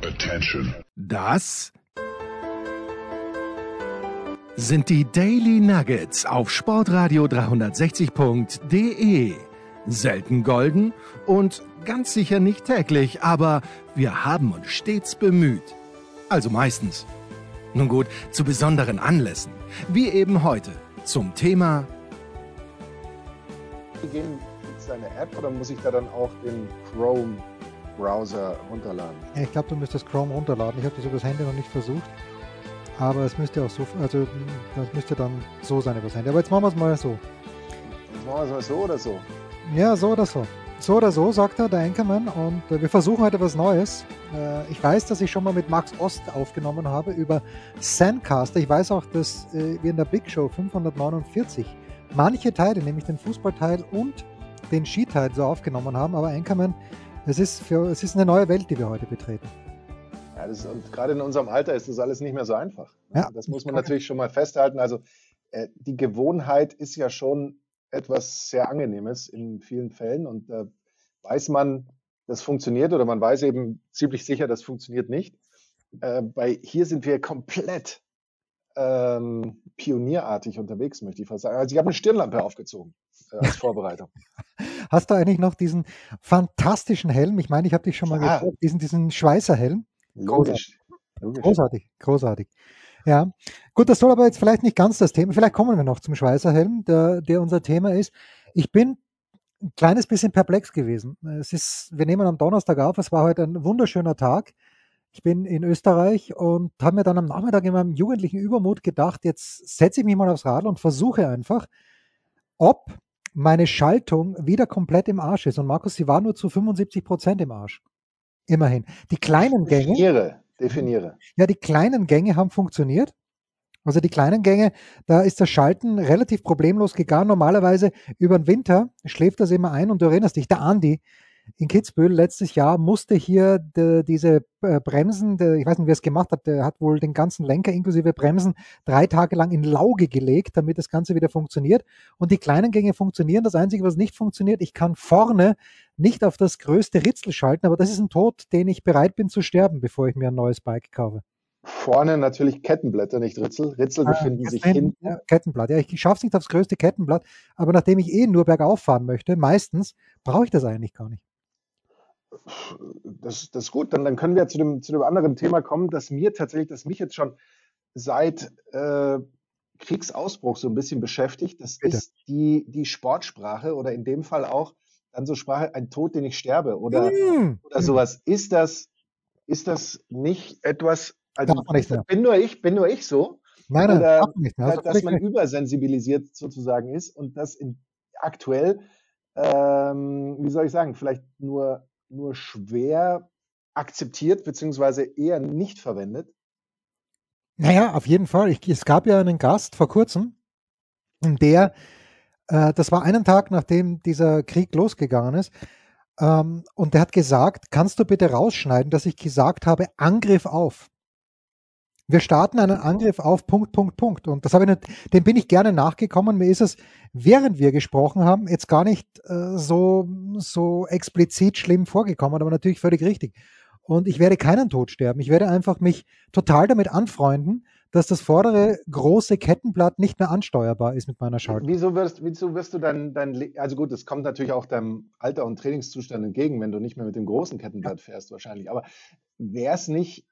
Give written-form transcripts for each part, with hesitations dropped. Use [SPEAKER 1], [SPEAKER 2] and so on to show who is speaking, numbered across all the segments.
[SPEAKER 1] Attention.
[SPEAKER 2] Das sind die Daily Nuggets auf Sportradio 360.de. Selten golden und ganz sicher nicht täglich, aber wir haben uns stets bemüht. Also meistens. Nun gut, zu besonderen Anlässen, wie eben heute zum Thema.
[SPEAKER 3] Gehen mit seine App oder muss ich da dann auch den Chrome-Browser runterladen?
[SPEAKER 4] Ich glaube, du müsstest Chrome runterladen. Ich habe das über das Handy noch nicht versucht. Aber es müsste auch so, also das müsste dann so sein über das Handy. Aber jetzt machen wir es mal so.
[SPEAKER 3] Jetzt machen wir es mal so oder so?
[SPEAKER 4] Ja, so oder so. So oder so, sagt er, der Anchorman. Und wir versuchen heute was Neues. Ich weiß, dass ich schon mal mit Max Ost aufgenommen habe über Zencaster. Ich weiß auch, dass wir in der Big Show 549 manche Teile, nämlich den Fußballteil und den Skiteil so aufgenommen haben. Aber Anchorman, es ist eine neue Welt, die wir heute betreten.
[SPEAKER 3] Ja, und gerade in unserem Alter ist das alles nicht mehr so einfach.
[SPEAKER 4] Ja,
[SPEAKER 3] das muss man natürlich schon mal festhalten. Also die Gewohnheit ist ja schon etwas sehr Angenehmes in vielen Fällen und weiß man, das funktioniert oder man weiß eben ziemlich sicher, das funktioniert nicht. Hier sind wir komplett pionierartig unterwegs, möchte ich fast sagen. Also ich habe eine Stirnlampe aufgezogen als Vorbereitung.
[SPEAKER 4] Hast du eigentlich noch diesen fantastischen Helm? Ich meine, ich habe dich schon mal gefragt, diesen Schweißerhelm.
[SPEAKER 3] Logisch.
[SPEAKER 4] Großartig. Ja, gut, das soll aber jetzt vielleicht nicht ganz das Thema. Vielleicht kommen wir noch zum Schweißerhelm, der unser Thema ist. Ich bin ein kleines bisschen perplex gewesen. Wir nehmen am Donnerstag auf, es war heute ein wunderschöner Tag. Ich bin in Österreich und habe mir dann am Nachmittag in meinem jugendlichen Übermut gedacht, jetzt setze ich mich mal aufs Radl und versuche einfach, ob meine Schaltung wieder komplett im Arsch ist. Und Markus, sie war nur zu 75% im Arsch. Immerhin. Die kleinen Gänge.
[SPEAKER 3] Definiere.
[SPEAKER 4] Ja, die kleinen Gänge haben funktioniert. Also die kleinen Gänge, da ist das Schalten relativ problemlos gegangen. Normalerweise über den Winter schläft das immer ein und du erinnerst dich, der Andi in Kitzbühel letztes Jahr musste hier diese Bremsen, ich weiß nicht, wer es gemacht hat, der hat wohl den ganzen Lenker inklusive Bremsen 3 Tage lang in Lauge gelegt, damit das Ganze wieder funktioniert. Und die kleinen Gänge funktionieren. Das Einzige, was nicht funktioniert, ich kann vorne nicht auf das größte Ritzel schalten, aber das ist ein Tod, den ich bereit bin zu sterben, bevor ich mir ein neues Bike kaufe.
[SPEAKER 3] Vorne natürlich Kettenblätter, nicht Ritzel. Ritzel befinden sich hinten.
[SPEAKER 4] Ja, Kettenblatt. Ja, ich schaffe es nicht aufs größte Kettenblatt, aber nachdem ich nur bergauf fahren möchte, meistens, brauche ich das eigentlich gar nicht.
[SPEAKER 3] Das ist gut. Dann können wir zu dem anderen Thema kommen, das mich jetzt schon seit Kriegsausbruch so ein bisschen beschäftigt. Das
[SPEAKER 4] Bitte.
[SPEAKER 3] ist die Sportsprache oder in dem Fall auch dann so Sprache, ein Tod, den ich sterbe oder sowas. Ist das nicht etwas, also bin nur ich so?
[SPEAKER 4] Nein,
[SPEAKER 3] oder
[SPEAKER 4] nicht mehr. Also
[SPEAKER 3] dass man übersensibilisiert sozusagen ist und das aktuell, wie soll ich sagen, vielleicht nur schwer akzeptiert, beziehungsweise eher nicht verwendet?
[SPEAKER 4] Naja, auf jeden Fall. Es gab ja einen Gast vor kurzem, das war einen Tag, nachdem dieser Krieg losgegangen ist, und der hat gesagt, kannst du bitte rausschneiden, dass ich gesagt habe, Angriff auf. Wir starten einen Angriff auf Punkt. Und dem bin ich gerne nachgekommen. Mir ist es, während wir gesprochen haben, jetzt gar nicht so explizit schlimm vorgekommen, aber natürlich völlig richtig. Und ich werde keinen Tod sterben. Ich werde einfach mich total damit anfreunden, dass das vordere große Kettenblatt nicht mehr ansteuerbar ist mit meiner Schaltung.
[SPEAKER 3] Wieso wirst du also gut, es kommt natürlich auch deinem Alter und Trainingszustand entgegen, wenn du nicht mehr mit dem großen Kettenblatt fährst wahrscheinlich. Aber wäre es nicht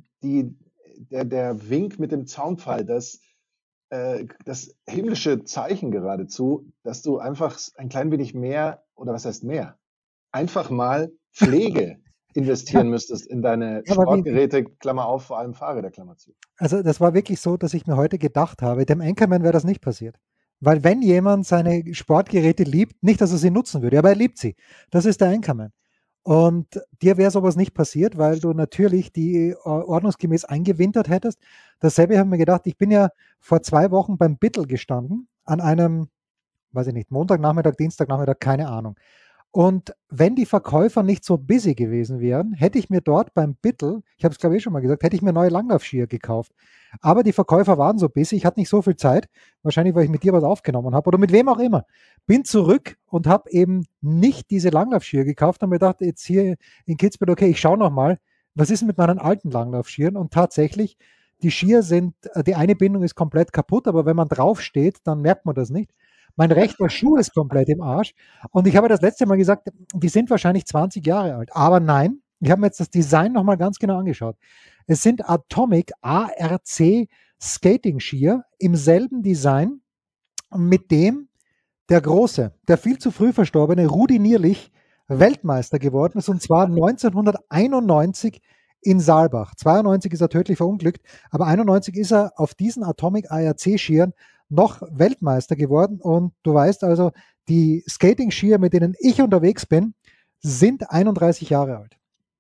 [SPEAKER 3] der Wink mit dem Zaunpfahl, das himmlische Zeichen geradezu, dass du einfach ein klein wenig mehr, oder was heißt mehr, einfach mal Pflege investieren müsstest in deine Sportgeräte, Klammer auf, vor allem Fahrräder, Klammer zu.
[SPEAKER 4] Also das war wirklich so, dass ich mir heute gedacht habe, dem Anchorman wäre das nicht passiert. Weil wenn jemand seine Sportgeräte liebt, nicht, dass er sie nutzen würde, aber er liebt sie. Das ist der Anchorman. Und dir wäre sowas nicht passiert, weil du natürlich die ordnungsgemäß eingewintert hättest. Dasselbe habe ich mir gedacht, ich bin ja vor 2 Wochen beim Bittel gestanden, an einem, weiß ich nicht, Montagnachmittag, Dienstagnachmittag, keine Ahnung. Und wenn die Verkäufer nicht so busy gewesen wären, hätte ich mir dort beim Bittel, ich habe es glaube ich schon mal gesagt, hätte ich mir neue Langlaufskier gekauft. Aber die Verkäufer waren so busy, ich hatte nicht so viel Zeit, wahrscheinlich weil ich mit dir was aufgenommen habe oder mit wem auch immer. Bin zurück und habe eben nicht diese Langlaufskier gekauft und mir gedacht, jetzt hier in Kitzbühel, okay, ich schaue nochmal, was ist mit meinen alten Langlaufskiern? Und tatsächlich, die Skier sind, die eine Bindung ist komplett kaputt, aber wenn man draufsteht, dann merkt man das nicht. Mein rechter Schuh ist komplett im Arsch. Und ich habe das letzte Mal gesagt, die sind wahrscheinlich 20 Jahre alt. Aber nein, ich habe mir jetzt das Design nochmal ganz genau angeschaut. Es sind Atomic ARC Skating Skier im selben Design, mit dem der große, der viel zu früh verstorbene Rudi Nierlich Weltmeister geworden ist, und zwar 1991 in Saalbach. 92 ist er tödlich verunglückt, aber 91 ist er auf diesen Atomic ARC-Skiern noch Weltmeister geworden. Und du weißt also, die Skating-Skier, mit denen ich unterwegs bin, sind 31 Jahre alt.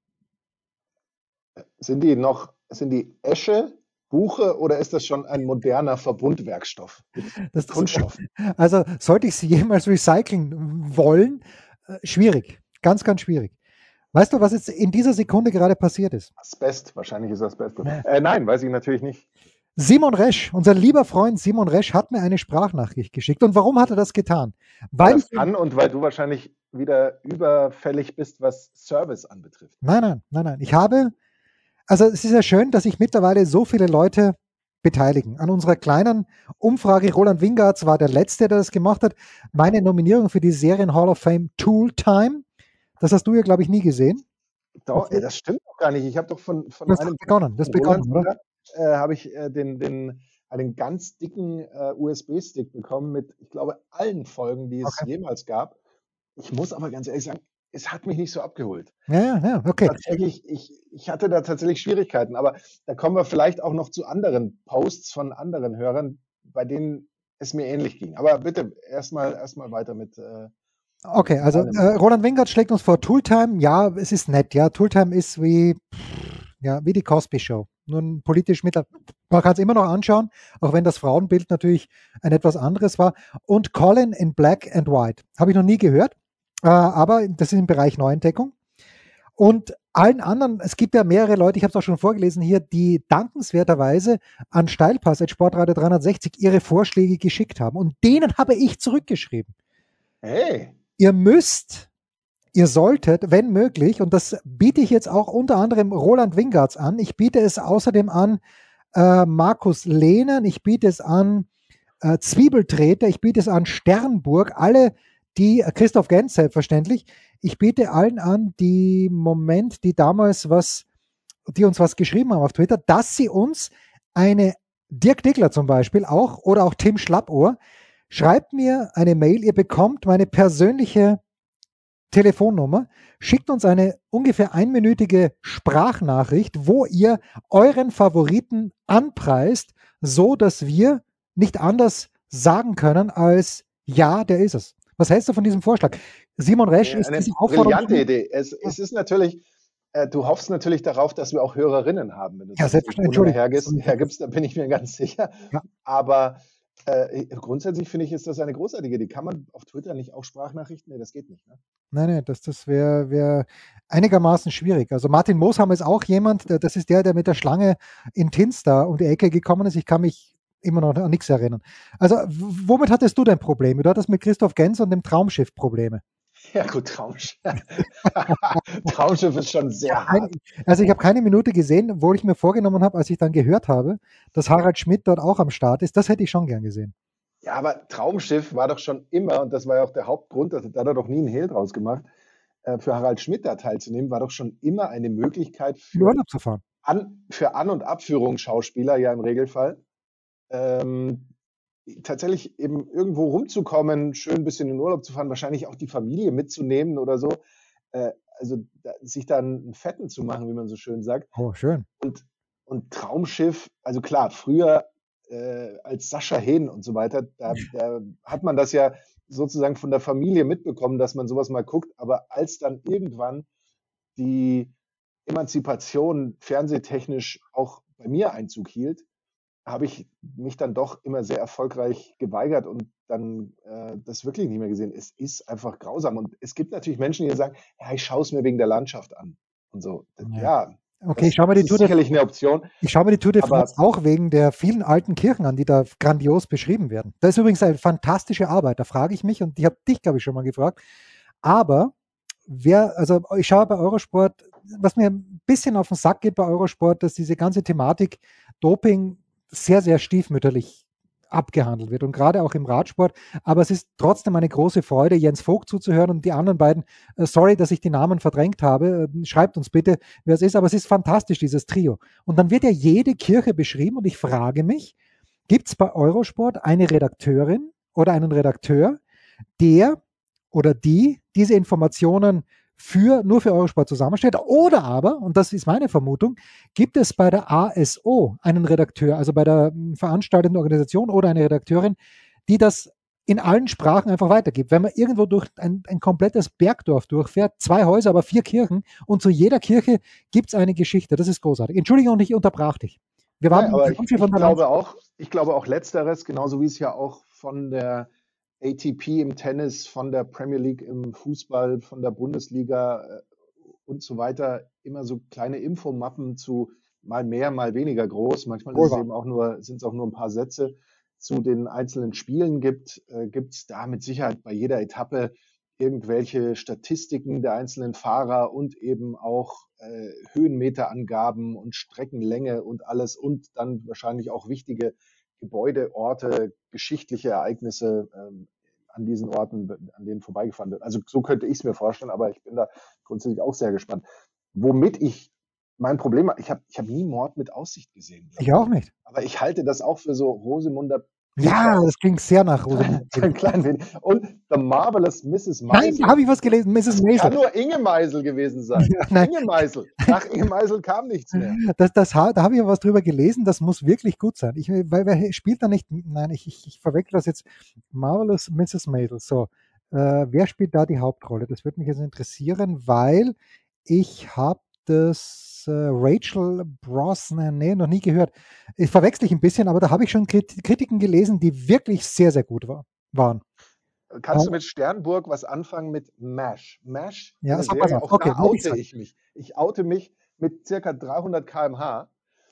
[SPEAKER 3] Sind die Esche, Buche oder ist das schon ein moderner Verbundwerkstoff mit Kunststoffen?
[SPEAKER 4] Also sollte ich sie jemals recyceln wollen, schwierig, ganz, ganz schwierig. Weißt du, was jetzt in dieser Sekunde gerade passiert ist?
[SPEAKER 3] Asbest, wahrscheinlich ist Asbest. Nein, weiß ich natürlich nicht.
[SPEAKER 4] Simon Resch, unser lieber Freund Simon Resch, hat mir eine Sprachnachricht geschickt. Und warum hat er das getan?
[SPEAKER 3] Weil das kann und weil du wahrscheinlich wieder überfällig bist, was Service anbetrifft.
[SPEAKER 4] Nein. Also es ist ja schön, dass sich mittlerweile so viele Leute beteiligen. An unserer kleinen Umfrage, Roland Wingartz war der Letzte, der das gemacht hat. Meine Nominierung für die Serien Hall of Fame Tool Time, das hast du ja, glaube ich, nie gesehen.
[SPEAKER 3] Doch, das stimmt doch gar nicht. Ich habe doch von
[SPEAKER 4] einem begonnen, oder?
[SPEAKER 3] Habe ich einen ganz dicken USB-Stick bekommen mit, ich glaube, allen Folgen, die es jemals gab. Ich muss aber ganz ehrlich sagen, es hat mich nicht so abgeholt.
[SPEAKER 4] Ja, okay.
[SPEAKER 3] Tatsächlich, ich hatte da tatsächlich Schwierigkeiten, aber da kommen wir vielleicht auch noch zu anderen Posts von anderen Hörern, bei denen es mir ähnlich ging. Aber bitte erstmal weiter mit.
[SPEAKER 4] Okay, also Roland Wingert schlägt uns vor Tooltime. Ja, es ist nett. Ja, Tooltime ist wie die Cosby Show. Nun politisch man kann es immer noch anschauen, auch wenn das Frauenbild natürlich ein etwas anderes war. Und Colin in Black and White. Habe ich noch nie gehört. Aber das ist im Bereich Neuentdeckung. Und allen anderen, es gibt ja mehrere Leute, ich habe es auch schon vorgelesen hier, die dankenswerterweise an Steilpass Sportradio 360 ihre Vorschläge geschickt haben. Und denen habe ich zurückgeschrieben.
[SPEAKER 3] Hey!
[SPEAKER 4] Ihr solltet, wenn möglich, und das biete ich jetzt auch unter anderem Roland Wingartz an, ich biete es außerdem an Markus Lehnen, ich biete es an Zwiebeltreter, ich biete es an Sternburg, alle die, Christoph Gens selbstverständlich, ich biete allen an, die damals die uns was geschrieben haben auf Twitter, dass sie uns Dirk Dickler zum Beispiel auch, oder auch Tim Schlappohr, schreibt mir eine Mail, ihr bekommt meine persönliche Telefonnummer, schickt uns eine ungefähr einminütige Sprachnachricht, wo ihr euren Favoriten anpreist, so dass wir nicht anders sagen können als ja, der ist es. Was hältst du von diesem Vorschlag? Simon Resch ist
[SPEAKER 3] eine brillante Idee. Es ist natürlich, du hoffst natürlich darauf, dass wir auch Hörerinnen haben. Wenn du
[SPEAKER 4] das
[SPEAKER 3] hergibst, dann bin ich mir ganz sicher.
[SPEAKER 4] Ja.
[SPEAKER 3] Aber grundsätzlich finde ich, ist das eine großartige Idee. Kann man auf Twitter nicht auch Sprachnachrichten? Nee, das geht nicht. Ne?
[SPEAKER 4] Nein, das wäre einigermaßen schwierig. Also Martin Mooshammer ist auch jemand, das ist der mit der Schlange in Tins da um die Ecke gekommen ist. Ich kann mich immer noch an nichts erinnern. Also womit hattest du denn Probleme? Du hattest mit Christoph Gens und dem Traumschiff Probleme.
[SPEAKER 3] Ja gut, Traumschiff. Traumschiff ist schon sehr hart.
[SPEAKER 4] Also ich habe keine Minute gesehen, wo ich mir vorgenommen habe, als ich dann gehört habe, dass Harald Schmidt dort auch am Start ist. Das hätte ich schon gern gesehen.
[SPEAKER 3] Ja, aber Traumschiff war doch schon immer, und das war ja auch der Hauptgrund, da hat er doch nie einen Hehl draus gemacht, für Harald Schmidt da teilzunehmen, war doch schon immer eine Möglichkeit für
[SPEAKER 4] Urlaub zu fahren.
[SPEAKER 3] Für An- und Abführungsschauspieler ja im Regelfall, tatsächlich eben irgendwo rumzukommen, schön ein bisschen in Urlaub zu fahren, wahrscheinlich auch die Familie mitzunehmen oder so. Also sich dann einen Fetten zu machen, wie man so schön sagt.
[SPEAKER 4] Oh, schön.
[SPEAKER 3] Und Traumschiff, also klar, früher als Sascha Hehn und so weiter, da hat man das ja sozusagen von der Familie mitbekommen, dass man sowas mal guckt. Aber als dann irgendwann die Emanzipation fernsehtechnisch auch bei mir Einzug hielt, habe ich mich dann doch immer sehr erfolgreich geweigert und dann das wirklich nicht mehr gesehen. Es ist einfach grausam. Und es gibt natürlich Menschen, die sagen, ja, ich schaue es mir wegen der Landschaft an. Und so, ja.
[SPEAKER 4] Okay, ich schaue mir die Tour
[SPEAKER 3] sicherlich eine Option.
[SPEAKER 4] Ich schaue mir die Tour de France auch wegen der vielen alten Kirchen an, die da grandios beschrieben werden. Das ist übrigens eine fantastische Arbeit. Da frage ich mich, und ich habe dich, glaube ich, schon mal gefragt, aber ich schaue bei Eurosport was mir ein bisschen auf den Sack geht bei Eurosport, dass diese ganze Thematik Doping sehr, sehr stiefmütterlich abgehandelt wird und gerade auch im Radsport. Aber es ist trotzdem eine große Freude, Jens Vogt zuzuhören und die anderen beiden. Sorry, dass ich die Namen verdrängt habe. Schreibt uns bitte, wer es ist. Aber es ist fantastisch, dieses Trio. Und dann wird ja jede Kirche beschrieben und ich frage mich, gibt es bei Eurosport eine Redakteurin oder einen Redakteur, der oder die diese Informationen nur für Eurosport zusammenstellt. Oder aber, und das ist meine Vermutung, gibt es bei der ASO einen Redakteur, also bei der veranstaltenden Organisation oder eine Redakteurin, die das in allen Sprachen einfach weitergibt. Wenn man irgendwo durch ein komplettes Bergdorf durchfährt, 2 Häuser, aber 4 Kirchen und zu jeder Kirche gibt es eine Geschichte. Das ist großartig. Entschuldigung, ich unterbrach dich. Wir
[SPEAKER 3] Nein,
[SPEAKER 4] waren
[SPEAKER 3] aber
[SPEAKER 4] schon viel von der
[SPEAKER 3] ich glaube auch Letzteres, genauso wie es ja auch von der ATP im Tennis, von der Premier League im Fußball, von der Bundesliga und so weiter immer so kleine Infomappen zu mal mehr, mal weniger groß. Manchmal ist es
[SPEAKER 4] Wohlwahr.
[SPEAKER 3] eben auch nur, sind es auch nur ein paar Sätze zu den einzelnen Spielen gibt es da mit Sicherheit bei jeder Etappe irgendwelche Statistiken der einzelnen Fahrer und eben auch Höhenmeterangaben und Streckenlänge und alles und dann wahrscheinlich auch wichtige Gebäude, Orte, geschichtliche Ereignisse an diesen Orten, an denen vorbeigefahren wird. Also so könnte ich es mir vorstellen, aber ich bin da grundsätzlich auch sehr gespannt. Womit ich mein Problem habe, ich hab nie Mord mit Aussicht gesehen,
[SPEAKER 4] Ich
[SPEAKER 3] glaube
[SPEAKER 4] auch
[SPEAKER 3] ich.
[SPEAKER 4] nicht.
[SPEAKER 3] Aber ich halte das auch für so Rosemunder
[SPEAKER 4] Ja,
[SPEAKER 3] Pilcher.
[SPEAKER 4] das klingt sehr nach Rosamunde
[SPEAKER 3] So ein
[SPEAKER 4] Pilcher.
[SPEAKER 3] klein wenig. Und The Marvelous Mrs.
[SPEAKER 4] Nein, da
[SPEAKER 3] Maisel.
[SPEAKER 4] habe ich was gelesen, Mrs.
[SPEAKER 3] Das
[SPEAKER 4] Maisel.
[SPEAKER 3] kann nur Inge Meisel gewesen sein.
[SPEAKER 4] Ja, nein,
[SPEAKER 3] Inge Meisel. Nach Inge Meisel kam nichts mehr.
[SPEAKER 4] da habe ich was drüber gelesen, das muss wirklich gut sein. Weil wer spielt da nicht, nein, ich verwechsel das jetzt. Marvelous Mrs. Maisel. So, wer spielt da die Hauptrolle? Das würde mich jetzt interessieren, weil ich habe das Rachel Brosnan, nee, noch nie gehört. Ich verwechsel ich ein bisschen, aber da habe ich schon Kritiken gelesen, die wirklich sehr, sehr gut waren.
[SPEAKER 3] Kannst du mit Sternburg was anfangen mit MASH? MASH,
[SPEAKER 4] Ja,
[SPEAKER 3] eine
[SPEAKER 4] so, pass
[SPEAKER 3] Serie,
[SPEAKER 4] auf.
[SPEAKER 3] auch
[SPEAKER 4] Okay,
[SPEAKER 3] da
[SPEAKER 4] werde ich
[SPEAKER 3] oute
[SPEAKER 4] sagen.
[SPEAKER 3] ich mich. Ich oute mich mit circa 300 km/h.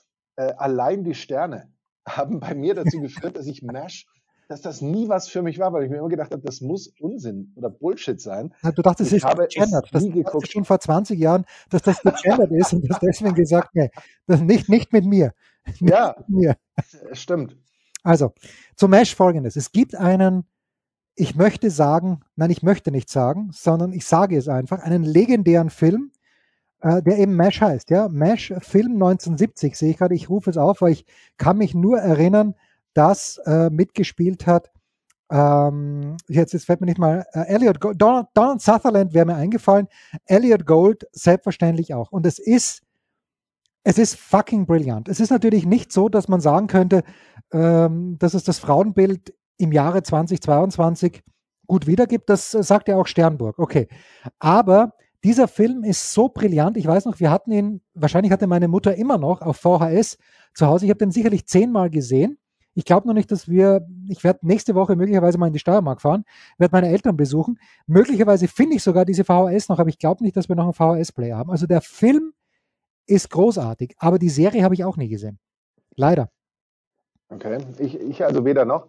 [SPEAKER 3] Allein die Sterne haben bei mir dazu geführt, dass ich MASH, dass das nie was für mich war, weil ich mir immer gedacht habe, das muss Unsinn oder Bullshit sein.
[SPEAKER 4] Na, du dachtest, es
[SPEAKER 3] Ich
[SPEAKER 4] ist
[SPEAKER 3] habe es
[SPEAKER 4] gegendert. Das
[SPEAKER 3] nie
[SPEAKER 4] dachtest du
[SPEAKER 3] geguckt.
[SPEAKER 4] schon vor 20 Jahren, dass das gegendert ist und hast deswegen gesagt, nee, das nicht mit mir. Nicht
[SPEAKER 3] Ja,
[SPEAKER 4] mit mir.
[SPEAKER 3] es stimmt.
[SPEAKER 4] Also, zum Mesh folgendes. Es gibt einen, ich möchte sagen, nein, ich möchte nicht sagen, sondern ich sage es einfach, einen legendären Film, der eben Mesh heißt. Ja? Mesh, Film 1970, sehe ich gerade, ich rufe es auf, weil ich kann mich nur erinnern, dass mitgespielt hat jetzt fällt mir nicht mal, Elliot Gold, Donald Sutherland wäre mir eingefallen, Elliot Gold selbstverständlich auch. Und es ist fucking brillant. Es ist natürlich nicht so, dass man sagen könnte, dass es das Frauenbild im Jahre 2022 gut wiedergibt. Das sagt ja auch Sternburg. Okay. Aber dieser Film ist so brillant. Ich weiß noch, wir hatten ihn, wahrscheinlich hatte meine Mutter immer noch auf VHS zu Hause. Ich habe den sicherlich 10-mal gesehen. Ich glaube noch nicht, ich werde nächste Woche möglicherweise mal in die Steiermark fahren, werde meine Eltern besuchen. Möglicherweise finde ich sogar diese VHS noch, aber ich glaube nicht, dass wir noch einen VHS-Player haben. Also der Film ist großartig, aber die Serie habe ich auch nie gesehen. Leider.
[SPEAKER 3] Okay, ich also weder noch.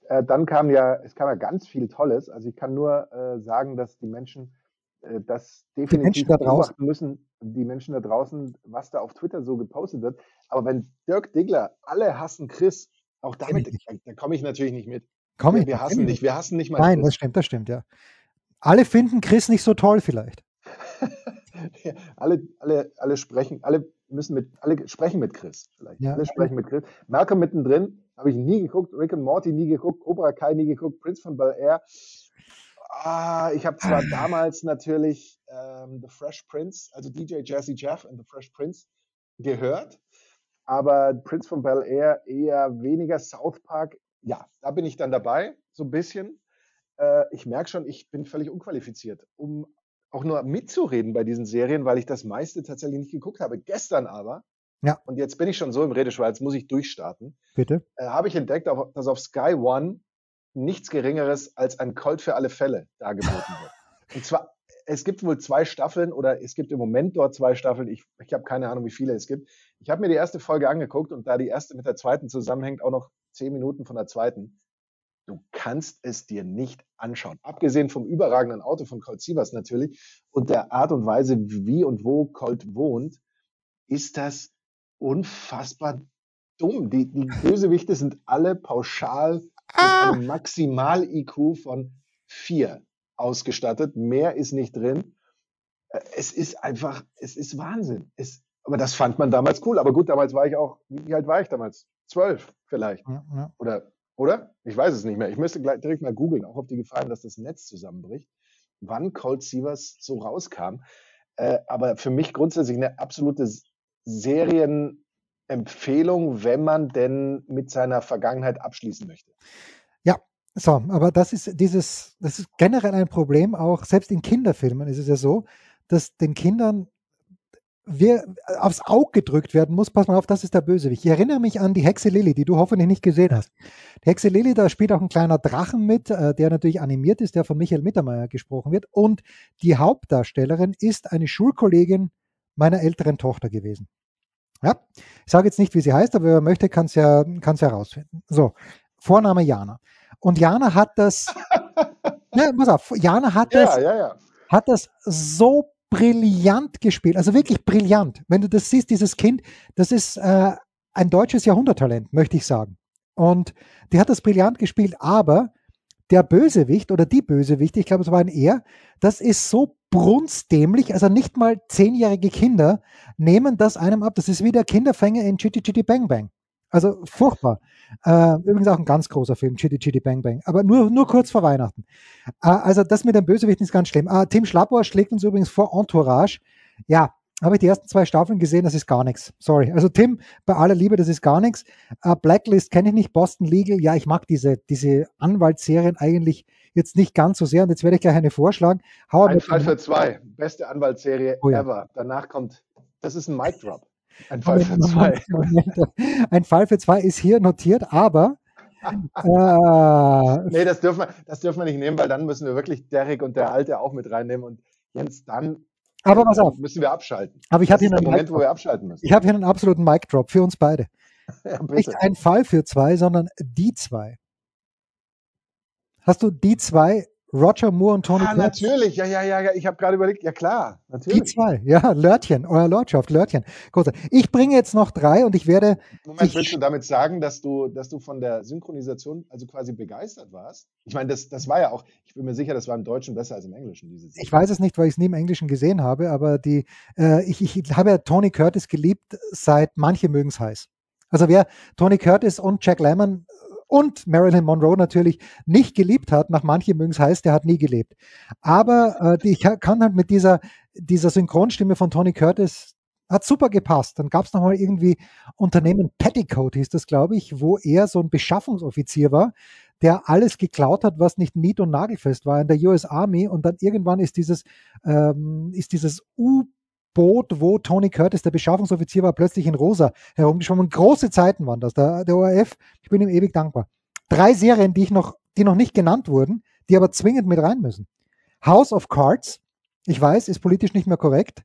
[SPEAKER 3] Es kam ja ganz viel Tolles. Also ich kann nur sagen, dass die Menschen das
[SPEAKER 4] Die Menschen
[SPEAKER 3] definitiv
[SPEAKER 4] da draußen.
[SPEAKER 3] beobachten müssen, die Menschen da draußen, was da auf Twitter so gepostet wird. Aber wenn Dirk Diggler, alle hassen Chris, auch
[SPEAKER 4] Kenne ich
[SPEAKER 3] damit,
[SPEAKER 4] nicht.
[SPEAKER 3] da komme ich natürlich nicht mit.
[SPEAKER 4] Komme ich
[SPEAKER 3] Wir
[SPEAKER 4] nicht. Kenn ich nicht.
[SPEAKER 3] wir hassen nicht mal
[SPEAKER 4] Nein,
[SPEAKER 3] Chris.
[SPEAKER 4] das stimmt, ja. Alle finden Chris nicht so toll vielleicht.
[SPEAKER 3] Alle sprechen mit Chris, vielleicht.
[SPEAKER 4] Ja,
[SPEAKER 3] Alle sprechen mit Chris. Malcolm mittendrin, habe ich nie geguckt, Rick and Morty nie geguckt, Cobra Kai nie geguckt, Prince von Bel-Air. Ich habe zwar damals natürlich The Fresh Prince, also DJ Jazzy Jeff und The Fresh Prince gehört, aber Prince von Bel-Air eher weniger. South Park, ja, da bin ich dann dabei, so ein bisschen. Ich merke schon, ich bin völlig unqualifiziert, um auch nur mitzureden bei diesen Serien, weil ich das meiste tatsächlich nicht geguckt habe. Gestern aber,
[SPEAKER 4] ja,
[SPEAKER 3] und jetzt bin ich schon so im Redeschweiz, muss ich durchstarten,
[SPEAKER 4] bitte.
[SPEAKER 3] habe ich entdeckt, dass auf Sky One nichts Geringeres als ein Colt für alle Fälle dargeboten wird. Und zwar, es gibt wohl 2 Staffeln oder es gibt im Moment dort 2 Staffeln. Ich habe keine Ahnung, wie viele es gibt. Ich habe mir die erste Folge angeguckt und da die erste mit der zweiten zusammenhängt, auch noch 10 Minuten von der zweiten. du kannst es dir nicht anschauen. Abgesehen vom überragenden Auto von Colt Sievers natürlich und der Art und Weise, wie und wo Colt wohnt, ist das unfassbar dumm. Die Bösewichte sind alle pauschal mit einem Maximal-IQ von 4 ausgestattet. Mehr ist nicht drin. Es ist Wahnsinn. Aber das fand man damals cool. Aber gut, damals war ich auch, wie alt war ich damals? 12 vielleicht.
[SPEAKER 4] Ja.
[SPEAKER 3] Oder? Ich weiß es nicht mehr. Ich müsste gleich direkt mal googeln, auch auf die Gefahr, dass das Netz zusammenbricht, wann Colt Sievers so rauskam. Aber für mich grundsätzlich eine absolute Serienempfehlung, wenn man denn mit seiner Vergangenheit abschließen möchte.
[SPEAKER 4] Ja, so, aber das ist generell ein Problem, auch selbst in Kinderfilmen ist es ja so, dass den Kindern aufs Auge gedrückt werden muss, pass mal auf, das ist der Bösewicht. Ich erinnere mich an die Hexe Lilly, die du hoffentlich nicht gesehen hast. Die Hexe Lilly, da spielt auch ein kleiner Drachen mit, der natürlich animiert ist, der von Michael Mittermeier gesprochen wird. Und die Hauptdarstellerin ist eine Schulkollegin meiner älteren Tochter gewesen. Ja, ich sage jetzt nicht, wie sie heißt, aber wer möchte, kann es ja herausfinden. So, Vorname Jana. Und Jana hat das, ja, pass auf, Jana hat das so brillant gespielt, also wirklich brillant. Wenn du das siehst, dieses Kind, das ist ein deutsches Jahrhunderttalent, möchte ich sagen. Und die hat das brillant gespielt, aber der Bösewicht oder die Bösewichte, ich glaube, es war ein Er, das ist so brunstdämlich, also nicht mal 10-jährige Kinder nehmen das einem ab. Das ist wie der Kinderfänger in Chitty Chitty Bang Bang. Also furchtbar. Übrigens auch ein ganz großer Film, Chitty Chitty Bang Bang, aber nur kurz vor Weihnachten. Also das mit dem Bösewicht ist ganz schlimm. Tim Schlapper schlägt uns übrigens vor Entourage. Ja, habe ich die ersten 2 Staffeln gesehen, das ist gar nichts. Sorry. Also Tim, bei aller Liebe, das ist gar nichts. Blacklist kenne ich nicht, Boston Legal, ja, ich mag diese Anwaltsserien eigentlich jetzt nicht ganz so sehr und jetzt werde ich gleich eine vorschlagen.
[SPEAKER 3] Ein Fall für 2, beste Anwaltsserie ever. Danach kommt, das ist ein Mic Drop. Ein Fall für 2.
[SPEAKER 4] Ein Fall für 2 ist hier notiert, aber
[SPEAKER 3] nee, das dürfen wir nicht nehmen, weil dann müssen wir wirklich Derek und der Alte auch mit reinnehmen und Jens, dann
[SPEAKER 4] aber pass auf.
[SPEAKER 3] Müssen wir abschalten.
[SPEAKER 4] Aber ich habe hier einen
[SPEAKER 3] Moment, wo wir abschalten müssen.
[SPEAKER 4] Ich habe hier einen absoluten Mic Drop für uns beide.
[SPEAKER 3] Ja,
[SPEAKER 4] nicht ein Fall für 2, sondern die 2. Hast du die 2, Roger Moore und Tony Curtis?
[SPEAKER 3] Natürlich, ja, ich habe gerade überlegt, ja klar, natürlich.
[SPEAKER 4] Die 2, ja, Lörtchen, euer Lordschaft, Lörtchen. Ich bringe jetzt noch 3 und ich werde...
[SPEAKER 3] Moment, willst du damit sagen, dass du von der Synchronisation also quasi begeistert warst? Ich meine, das war ja auch, ich bin mir sicher, das war im Deutschen besser als im Englischen.
[SPEAKER 4] Ich weiß es nicht, weil ich es nie im Englischen gesehen habe, aber ich habe ja Tony Curtis geliebt, seit Manche mögen's heiß. Also wer Tony Curtis und Jack Lemmon und Marilyn Monroe natürlich nicht geliebt hat, nach Manche mögen's heiß, der hat nie gelebt. Aber ich kann halt mit dieser Synchronstimme von Tony Curtis, hat super gepasst. Dann gab es nochmal irgendwie Unternehmen Petticoat, hieß das, glaube ich, wo er so ein Beschaffungsoffizier war, der alles geklaut hat, was nicht nied- und nagelfest war in der US Army. Und dann irgendwann ist dieses U-Boot, wo Tony Curtis, der Beschaffungsoffizier war, plötzlich in rosa herumgeschwommen. Große Zeiten waren das, der ORF. Ich bin ihm ewig dankbar. 3 Serien, die noch nicht genannt wurden, die aber zwingend mit rein müssen. House of Cards, ich weiß, ist politisch nicht mehr korrekt,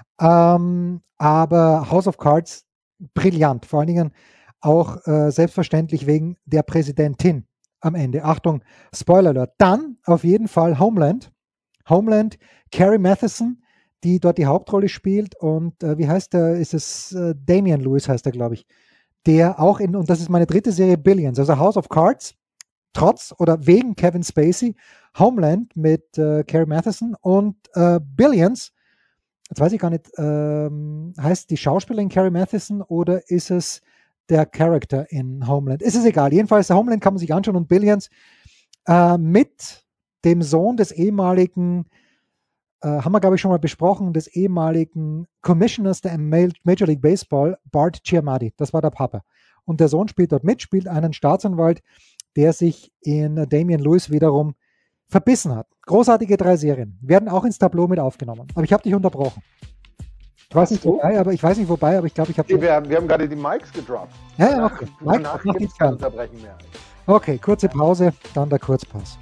[SPEAKER 4] aber House of Cards brillant, vor allen Dingen auch selbstverständlich wegen der Präsidentin am Ende. Achtung, Spoiler Alert. Dann auf jeden Fall Homeland, Carrie Matheson, die dort die Hauptrolle spielt und wie heißt der, ist es Damian Lewis heißt er, glaube ich, der auch und das ist meine 3. Serie, Billions, also House of Cards, trotz oder wegen Kevin Spacey, Homeland mit Carrie Matheson und Billions, jetzt weiß ich gar nicht, heißt die Schauspielerin Carrie Matheson oder ist es der Charakter in Homeland? Ist es egal, jedenfalls Homeland kann man sich anschauen und Billions mit dem Sohn des ehemaligen haben wir, glaube ich, schon mal besprochen, des ehemaligen Commissioners der Major League Baseball, Bart Giamatti. Das war der Papa. Und der Sohn spielt dort mit, spielt einen Staatsanwalt, der sich in Damian Lewis wiederum verbissen hat. Großartige 3 Serien. Werden auch ins Tableau mit aufgenommen. Aber ich habe dich unterbrochen. Ich weiß nicht wobei, aber ich glaube, ich habe...
[SPEAKER 3] Wir haben gerade die Mics gedroppt.
[SPEAKER 4] Ja, okay.
[SPEAKER 3] Danach gibt es kein Unterbrechen mehr.
[SPEAKER 4] Okay, kurze Pause, dann der Kurzpass.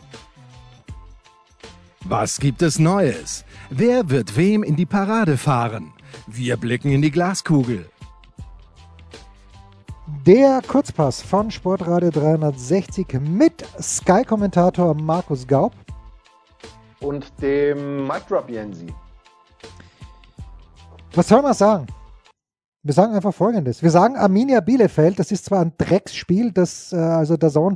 [SPEAKER 2] Was gibt es Neues? Wer wird wem in die Parade fahren? Wir blicken in die Glaskugel.
[SPEAKER 4] Der Kurzpass von Sportradio 360 mit Sky-Kommentator Markus Gaub
[SPEAKER 3] und dem Mic Drop Jensi.
[SPEAKER 4] Was soll man sagen? Wir sagen einfach Folgendes. Wir sagen Arminia Bielefeld, das ist zwar ein Drecksspiel, das also der Sohn,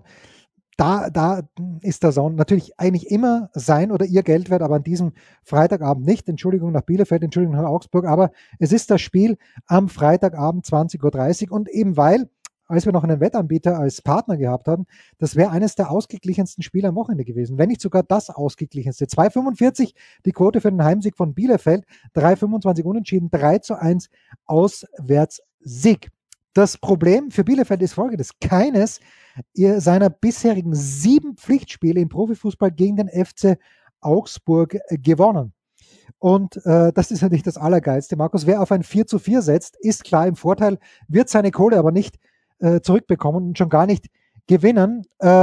[SPEAKER 4] da ist der Sohn natürlich eigentlich immer sein oder ihr Geld wert, aber an diesem Freitagabend nicht. Entschuldigung nach Bielefeld, Entschuldigung nach Augsburg, aber es ist das Spiel am Freitagabend 20:30 Uhr und eben weil, als wir noch einen Wettanbieter als Partner gehabt haben, das wäre eines der ausgeglichensten Spiele am Wochenende gewesen, wenn nicht sogar das ausgeglichenste. 2,45 die Quote für den Heimsieg von Bielefeld, 3,25 unentschieden, 3:1 Auswärtssieg. Das Problem für Bielefeld ist folgendes: Keines seiner bisherigen 7 Pflichtspiele im Profifußball gegen den FC Augsburg gewonnen. Und das ist natürlich das Allergeilste, Markus. Wer auf ein 4:4 setzt, ist klar im Vorteil, wird seine Kohle aber nicht zurückbekommen und schon gar nicht gewinnen,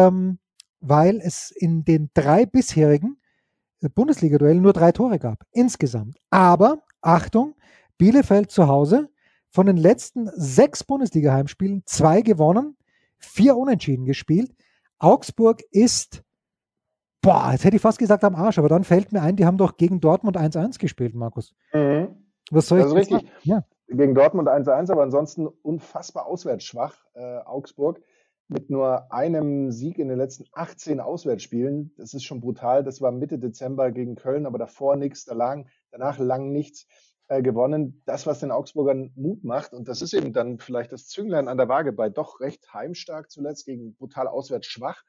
[SPEAKER 4] weil es in den 3 bisherigen Bundesliga-Duellen nur 3 Tore gab insgesamt. Aber Achtung, Bielefeld zu Hause, von den letzten 6 Bundesliga-Heimspielen 2 gewonnen, 4 unentschieden gespielt. Augsburg ist, jetzt hätte ich fast gesagt am Arsch, aber dann fällt mir ein, die haben doch gegen Dortmund 1:1 gespielt, Markus. Was soll
[SPEAKER 3] Das
[SPEAKER 4] ich
[SPEAKER 3] ist richtig.
[SPEAKER 4] Ja.
[SPEAKER 3] Gegen Dortmund 1:1, aber ansonsten unfassbar auswärts schwach. Augsburg mit nur einem Sieg in den letzten 18 Auswärtsspielen. Das ist schon brutal. Das war Mitte Dezember gegen Köln, aber davor nichts, danach lang nichts gewonnen. Das, was den Augsburgern Mut macht, und das ist eben dann vielleicht das Zünglein an der Waage bei doch recht heimstark zuletzt gegen brutal auswärts schwach,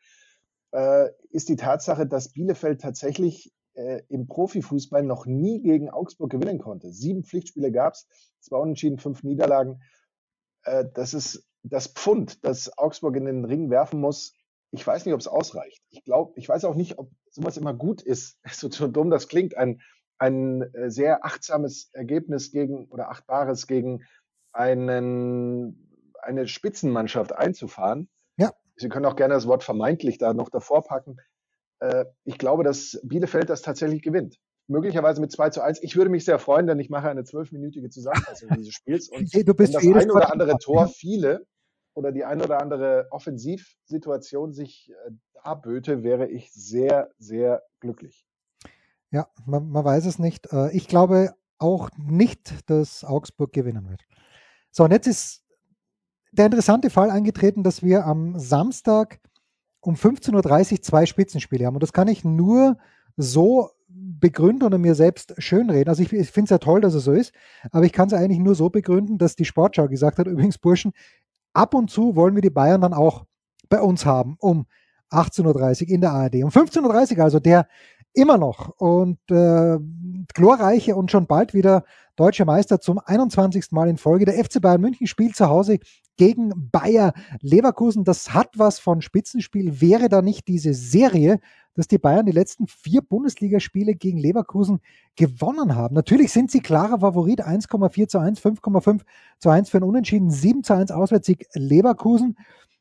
[SPEAKER 3] ist die Tatsache, dass Bielefeld tatsächlich im Profifußball noch nie gegen Augsburg gewinnen konnte. 7 Pflichtspiele gab es, 2 Unentschieden, 5 Niederlagen. Das ist das Pfund, das Augsburg in den Ring werfen muss. Ich weiß nicht, ob es ausreicht. Ich weiß auch nicht, ob sowas immer gut ist. So dumm das klingt, ein sehr achtsames Ergebnis achtbares gegen eine Spitzenmannschaft einzufahren.
[SPEAKER 4] Ja.
[SPEAKER 3] Sie können auch gerne das Wort vermeintlich da noch davor packen. Ich glaube, dass Bielefeld das tatsächlich gewinnt. Möglicherweise mit 2:1. Ich würde mich sehr freuen, denn ich mache eine 12-minütige Zusammenfassung dieses Spiels. Und
[SPEAKER 4] Du bist
[SPEAKER 3] wenn das ein oder andere Tor fiele oder die ein oder andere Offensivsituation sich darböte, wäre ich sehr, sehr glücklich.
[SPEAKER 4] Ja, man weiß es nicht. Ich glaube auch nicht, dass Augsburg gewinnen wird. So, und jetzt ist der interessante Fall eingetreten, dass wir am Samstag um 15:30 Uhr 2 Spitzenspiele haben. Und das kann ich nur so begründen oder mir selbst schönreden. Also ich finde es ja toll, dass es so ist, aber ich kann es eigentlich nur so begründen, dass die Sportschau gesagt hat, übrigens Burschen, ab und zu wollen wir die Bayern dann auch bei uns haben, um 18:30 Uhr in der ARD. Um 15:30 Uhr also der immer noch und glorreiche und schon bald wieder deutsche Meister zum 21. Mal in Folge. Der FC Bayern München spielt zu Hause gegen Bayer Leverkusen. Das hat was von Spitzenspiel. Wäre da nicht diese Serie, dass die Bayern die letzten 4 Bundesligaspiele gegen Leverkusen gewonnen haben? Natürlich sind sie klarer Favorit. 1,4:1, 5,5:1 für einen Unentschieden, 7:1 Auswärtssieg Leverkusen.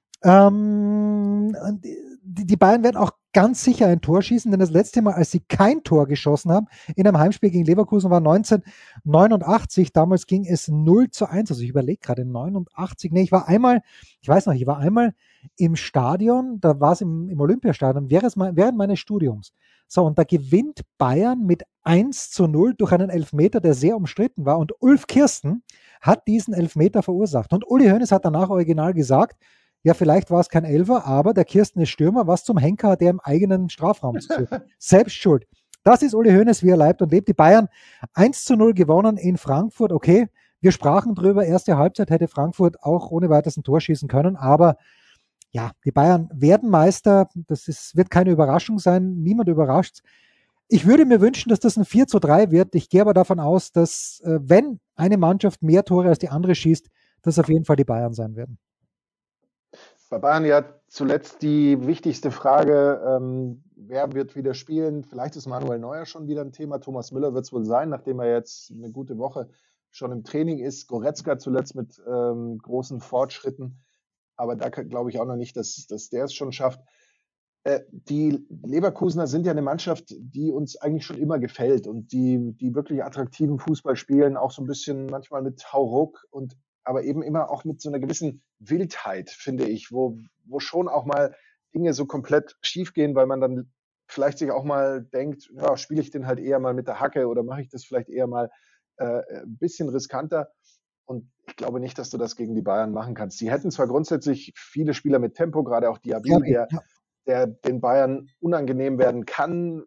[SPEAKER 4] Die Bayern werden auch ganz sicher ein Tor schießen, denn das letzte Mal, als sie kein Tor geschossen haben, in einem Heimspiel gegen Leverkusen war 1989. Damals ging es 0:1. Also ich überlege gerade, 89. Nee, ich war einmal im Stadion, da war es im Olympiastadion, während meines Studiums. So, und da gewinnt Bayern mit 1:0 durch einen Elfmeter, der sehr umstritten war. Und Ulf Kirsten hat diesen Elfmeter verursacht. Und Uli Hoeneß hat danach original gesagt, ja, vielleicht war es kein Elfer, aber der Kirsten ist Stürmer. Was zum Henker hat er im eigenen Strafraum zu tun? Selbst schuld. Das ist Uli Hoeneß, wie er leibt und lebt. Die Bayern 1:0 gewonnen in Frankfurt. Okay, wir sprachen drüber. Erste Halbzeit hätte Frankfurt auch ohne weiteres ein Tor schießen können. Aber ja, die Bayern werden Meister. Wird keine Überraschung sein. Niemand überrascht. Ich würde mir wünschen, dass das ein 4:3 wird. Ich gehe aber davon aus, dass wenn eine Mannschaft mehr Tore als die andere schießt, das auf jeden Fall die Bayern sein werden.
[SPEAKER 3] Bei Bayern ja zuletzt die wichtigste Frage, wer wird wieder spielen? Vielleicht ist Manuel Neuer schon wieder ein Thema. Thomas Müller wird es wohl sein, nachdem er jetzt eine gute Woche schon im Training ist. Goretzka zuletzt mit großen Fortschritten. Aber da glaube ich auch noch nicht, dass der es schon schafft. Die Leverkusener sind ja eine Mannschaft, die uns eigentlich schon immer gefällt und die wirklich attraktiven Fußball spielen, auch so ein bisschen manchmal mit Hauruck und aber eben immer auch mit so einer gewissen Wildheit, finde ich, wo schon auch mal Dinge so komplett schief gehen, weil man dann vielleicht sich auch mal denkt, ja, spiele ich den halt eher mal mit der Hacke oder mache ich das vielleicht eher mal ein bisschen riskanter. Und ich glaube nicht, dass du das gegen die Bayern machen kannst. Die hätten zwar grundsätzlich viele Spieler mit Tempo, gerade auch Diaby, der den Bayern unangenehm werden kann,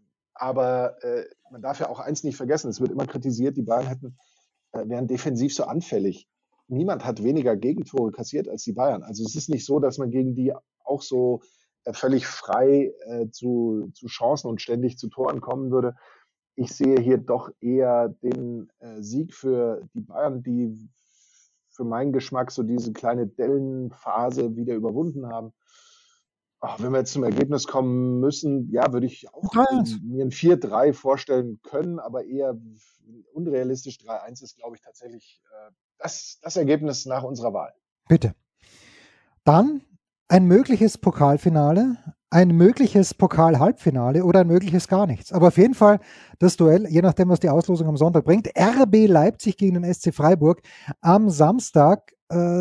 [SPEAKER 3] aber man darf ja auch eins nicht vergessen, es wird immer kritisiert, die Bayern wären defensiv so anfällig. Niemand hat weniger Gegentore kassiert als die Bayern. Also es ist nicht so, dass man gegen die auch so völlig frei zu Chancen und ständig zu Toren kommen würde. Ich sehe hier doch eher den Sieg für die Bayern, die für meinen Geschmack so diese kleine Dellenphase wieder überwunden haben. Wenn wir jetzt zum Ergebnis kommen müssen, ja, würde ich auch mir ein 4-3 vorstellen können, aber eher unrealistisch. 3-1 ist, glaube ich, tatsächlich das Ergebnis nach unserer Wahl.
[SPEAKER 4] Bitte. Dann ein mögliches Pokalfinale, ein mögliches Pokal-Halbfinale oder ein mögliches gar nichts. Aber auf jeden Fall das Duell, je nachdem, was die Auslosung am Sonntag bringt. RB Leipzig gegen den SC Freiburg. Am Samstag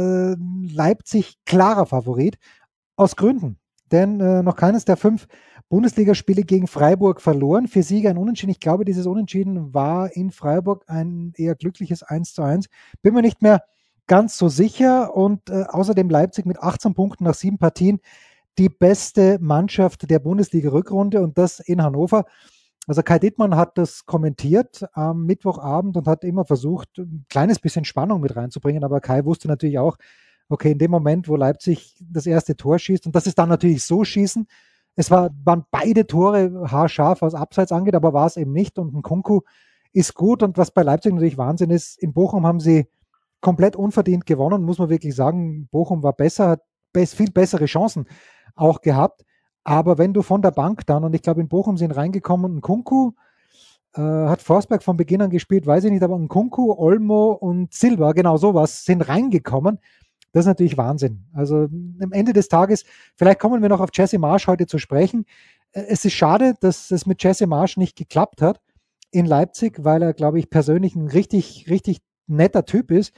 [SPEAKER 4] Leipzig klarer Favorit. Aus Gründen. Denn noch keines der 5 Bundesligaspiele gegen Freiburg verloren. 4 Siege, ein Unentschieden. Ich glaube, dieses Unentschieden war in Freiburg ein eher glückliches 1:1. Bin mir nicht mehr ganz so sicher. Und außerdem Leipzig mit 18 Punkten nach 7 Partien die beste Mannschaft der Bundesliga-Rückrunde und das in Hannover. Also Kai Dittmann hat das kommentiert am Mittwochabend und hat immer versucht, ein kleines bisschen Spannung mit reinzubringen. Aber Kai wusste natürlich auch, okay, in dem Moment, wo Leipzig das erste Tor schießt, und das ist dann natürlich so schießen, waren beide Tore haarscharf, was Abseits angeht, aber war es eben nicht. Und ein Nkunku ist gut. Und was bei Leipzig natürlich Wahnsinn ist, in Bochum haben sie komplett unverdient gewonnen, muss man wirklich sagen. Bochum war besser, hat viel bessere Chancen auch gehabt. Aber wenn du von der Bank dann, und ich glaube in Bochum sind reingekommen, Nkunku, hat Forsberg von Beginn an gespielt, weiß ich nicht, aber Nkunku, Olmo und Silva, genau sowas, sind reingekommen. Das ist natürlich Wahnsinn. Also am Ende des Tages, vielleicht kommen wir noch auf Jesse Marsch heute zu sprechen. Es ist schade, dass es mit Jesse Marsch nicht geklappt hat in Leipzig, weil er, glaube ich, persönlich ein richtig, richtig netter Typ ist.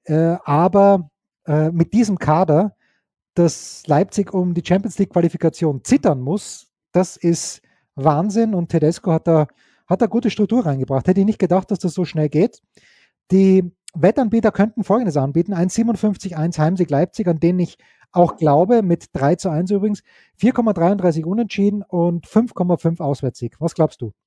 [SPEAKER 4] Aber mit diesem Kader, dass Leipzig um die Champions-League-Qualifikation zittern muss, das ist Wahnsinn. Und Tedesco hat da gute Struktur reingebracht. Hätte ich nicht gedacht, dass das so schnell geht. Die Wettanbieter könnten Folgendes anbieten: 1,57, Heimsieg Leipzig, an den ich auch glaube, mit 3:1 übrigens, 4,33 Unentschieden und 5,5 Auswärtssieg. Was glaubst du?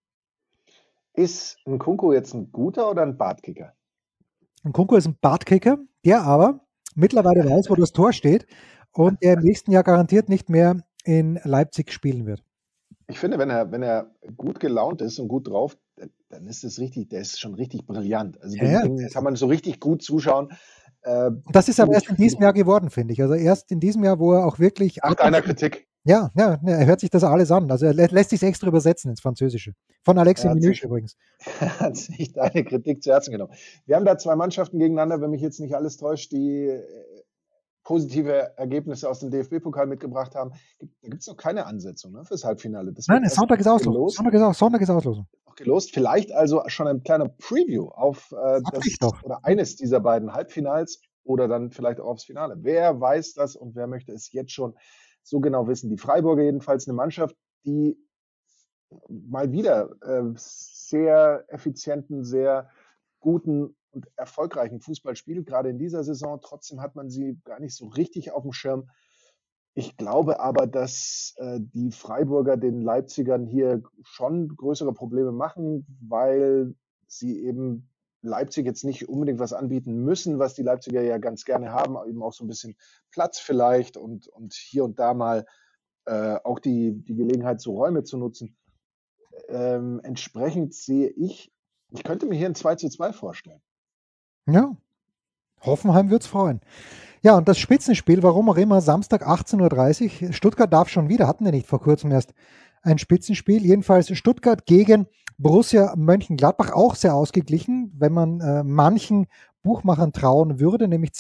[SPEAKER 3] Ist Nkunku jetzt ein guter oder ein Bartkicker?
[SPEAKER 4] Nkunku ist ein Bartkicker, der aber mittlerweile weiß, wo das Tor steht und der im nächsten Jahr garantiert nicht mehr in Leipzig spielen wird.
[SPEAKER 3] Ich finde, wenn er gut gelaunt ist und gut drauf, dann ist es richtig, der ist schon richtig brillant. Also dem kann man so richtig gut zuschauen.
[SPEAKER 4] Das ist aber erst in diesem Jahr geworden, finde ich. Also erst in diesem Jahr, wo er auch wirklich...
[SPEAKER 3] Nach deiner Kritik.
[SPEAKER 4] Ja, er hört sich das alles an. Also er lässt sich extra übersetzen ins Französische. Von Alexis Minüsch übrigens.
[SPEAKER 3] Hat sich deine Kritik zu Herzen genommen. Wir haben da 2 Mannschaften gegeneinander, wenn mich jetzt nicht alles täuscht, die positive Ergebnisse aus dem DFB-Pokal mitgebracht haben. Da gibt es noch keine Ansetzung, ne, fürs Halbfinale.
[SPEAKER 4] Nein, Sonntag ist Auslosung. Sonntag ist Auslosung.
[SPEAKER 3] Gelost. Vielleicht also schon ein kleiner Preview auf oder eines dieser beiden Halbfinals oder dann vielleicht auch aufs Finale. Wer weiß das und wer möchte es jetzt schon so genau wissen? Die Freiburger jedenfalls, eine Mannschaft, die mal wieder sehr effizienten, sehr guten und erfolgreichen Fußball spielt, gerade in dieser Saison. Trotzdem hat man sie gar nicht so richtig auf dem Schirm. Ich glaube aber, dass die Freiburger den Leipzigern hier schon größere Probleme machen, weil sie eben Leipzig jetzt nicht unbedingt was anbieten müssen, was die Leipziger ja ganz gerne haben, eben auch so ein bisschen Platz vielleicht und hier und da mal auch die Gelegenheit, so Räume zu nutzen. Entsprechend sehe ich könnte mir hier ein 2:2 vorstellen.
[SPEAKER 4] Ja, Hoffenheim wird es freuen. Ja, und das Spitzenspiel, warum auch immer, Samstag 18:30 Uhr. Stuttgart darf schon wieder, hatten wir nicht vor kurzem erst ein Spitzenspiel. Jedenfalls Stuttgart gegen Borussia Mönchengladbach, auch sehr ausgeglichen, wenn man manchen Buchmachern trauen würde, nämlich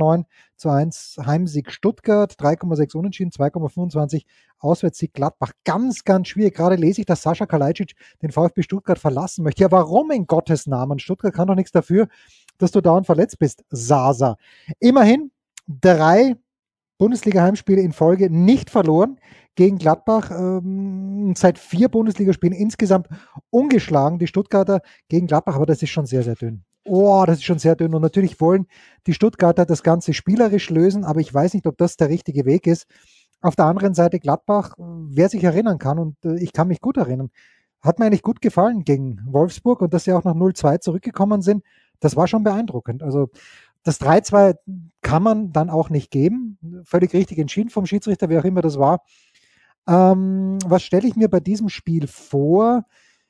[SPEAKER 4] 2,9:1 Heimsieg Stuttgart, 3,6 Unentschieden, 2,25 Auswärtssieg Gladbach. Ganz, ganz schwierig. Gerade lese ich, dass Sascha Kalajdzic den VfB Stuttgart verlassen möchte. Ja, warum in Gottes Namen? Stuttgart kann doch nichts dafür, dass du dauernd verletzt bist, Sasa. Immerhin 3 Bundesliga-Heimspiele in Folge nicht verloren gegen Gladbach. Seit 4 Bundesligaspielen insgesamt ungeschlagen, die Stuttgarter gegen Gladbach, aber das ist schon sehr, sehr dünn. Oh, das ist schon sehr dünn. Und natürlich wollen die Stuttgarter das Ganze spielerisch lösen, aber ich weiß nicht, ob das der richtige Weg ist. Auf der anderen Seite Gladbach, wer sich erinnern kann, und ich kann mich gut erinnern, hat mir eigentlich gut gefallen gegen Wolfsburg, und dass sie auch nach 0-2 zurückgekommen sind, das war schon beeindruckend. Also das 3-2 kann man dann auch nicht geben. Völlig richtig entschieden vom Schiedsrichter, wer auch immer das war. Was stelle ich mir bei diesem Spiel vor?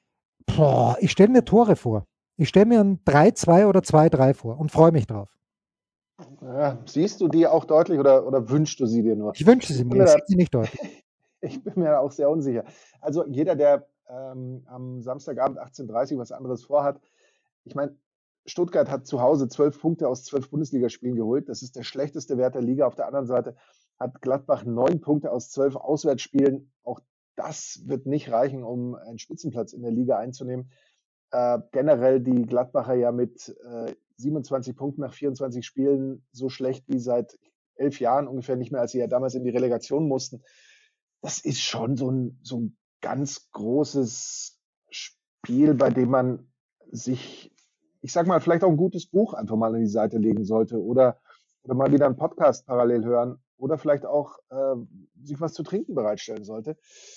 [SPEAKER 4] Ich stelle mir Tore vor. Ich stelle mir ein 3-2 oder 2-3 vor und freue mich drauf.
[SPEAKER 3] Ja, siehst du die auch deutlich oder wünschst du sie dir nur?
[SPEAKER 4] Ich wünsche sie mir, ich sehe sie nicht deutlich.
[SPEAKER 3] Ich bin mir auch sehr unsicher. Also jeder, der am Samstagabend 18:30 Uhr was anderes vorhat, ich meine, Stuttgart hat zu Hause 12 Punkte aus 12 Bundesligaspielen geholt. Das ist der schlechteste Wert der Liga. Auf der anderen Seite hat Gladbach 9 Punkte aus 12 Auswärtsspielen. Auch das wird nicht reichen, um einen Spitzenplatz in der Liga einzunehmen. Generell die Gladbacher ja mit 27 Punkten nach 24 Spielen so schlecht wie seit 11 Jahren ungefähr nicht mehr, als sie ja damals in die Relegation mussten. Das ist schon so ein ganz großes Spiel, bei dem man sich, ich sag mal, vielleicht auch ein gutes Buch einfach mal an die Seite legen sollte oder mal wieder einen Podcast parallel hören oder vielleicht auch sich was zu trinken bereitstellen sollte.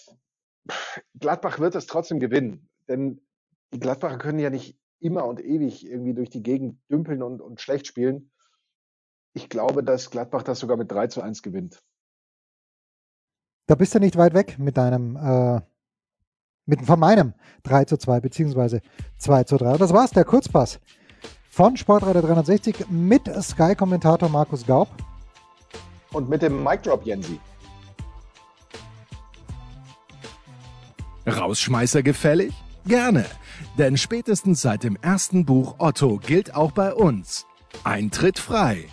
[SPEAKER 3] Gladbach wird es trotzdem gewinnen, denn die Gladbacher können ja nicht immer und ewig irgendwie durch die Gegend dümpeln und schlecht spielen. Ich glaube, dass Gladbach das sogar mit 3-1 gewinnt.
[SPEAKER 4] Da bist du nicht weit weg mit von meinem 3-2 beziehungsweise 2-3. Und das war's, der Kurzpass von Sportradar 360 mit Sky-Kommentator Markus Gaub.
[SPEAKER 3] Und mit dem Mic Drop Jensi.
[SPEAKER 2] Rausschmeißer gefällig? Gerne, denn spätestens seit dem ersten Buch Otto gilt auch bei uns: Eintritt frei.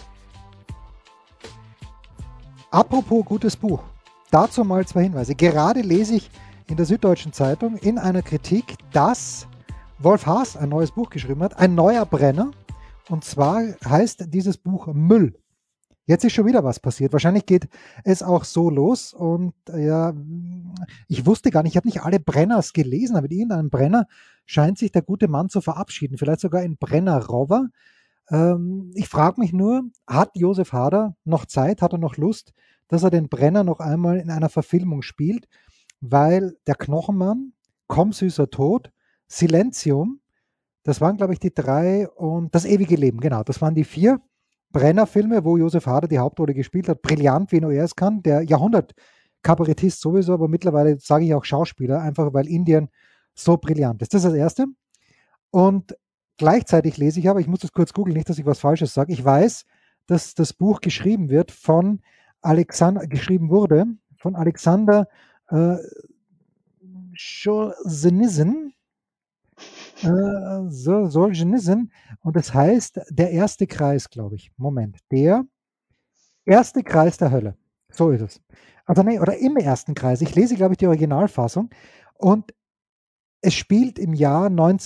[SPEAKER 4] Apropos gutes Buch, dazu mal 2 Hinweise. Gerade lese ich in der Süddeutschen Zeitung in einer Kritik, dass Wolf Haas ein neues Buch geschrieben hat, ein neuer Brenner. Und zwar heißt dieses Buch Müll. Jetzt ist schon wieder was passiert. Wahrscheinlich geht es auch so los. Und ja, ich wusste gar nicht, ich habe nicht alle Brenners gelesen, aber in irgendeinem Brenner scheint sich der gute Mann zu verabschieden. Vielleicht sogar in Brenner Rover. Ich frage mich nur, hat Josef Hader noch Zeit, hat er noch Lust, dass er den Brenner noch einmal in einer Verfilmung spielt? Weil der Knochenmann, Komm süßer Tod, Silentium, das waren, glaube ich, die 3 und Das ewige Leben, genau, das waren die 4 Brenner-Filme, wo Josef Hader die Hauptrolle gespielt hat. Brillant, wie nur er es kann. Der Jahrhundert-Kabarettist sowieso, aber mittlerweile sage ich auch Schauspieler, einfach weil Indien so brillant ist. Das ist das Erste. Und gleichzeitig lese ich aber, ich muss das kurz googeln, nicht, dass ich was Falsches sage. Ich weiß, dass das Buch geschrieben wurde von Alexander Solzhenitsyn. Solzhenitsyn, und das heißt Der erste Kreis, glaube ich. Moment. Der erste Kreis der Hölle. So ist es. Also nee, oder Im ersten Kreis. Ich lese, glaube ich, die Originalfassung. Und es spielt im Jahr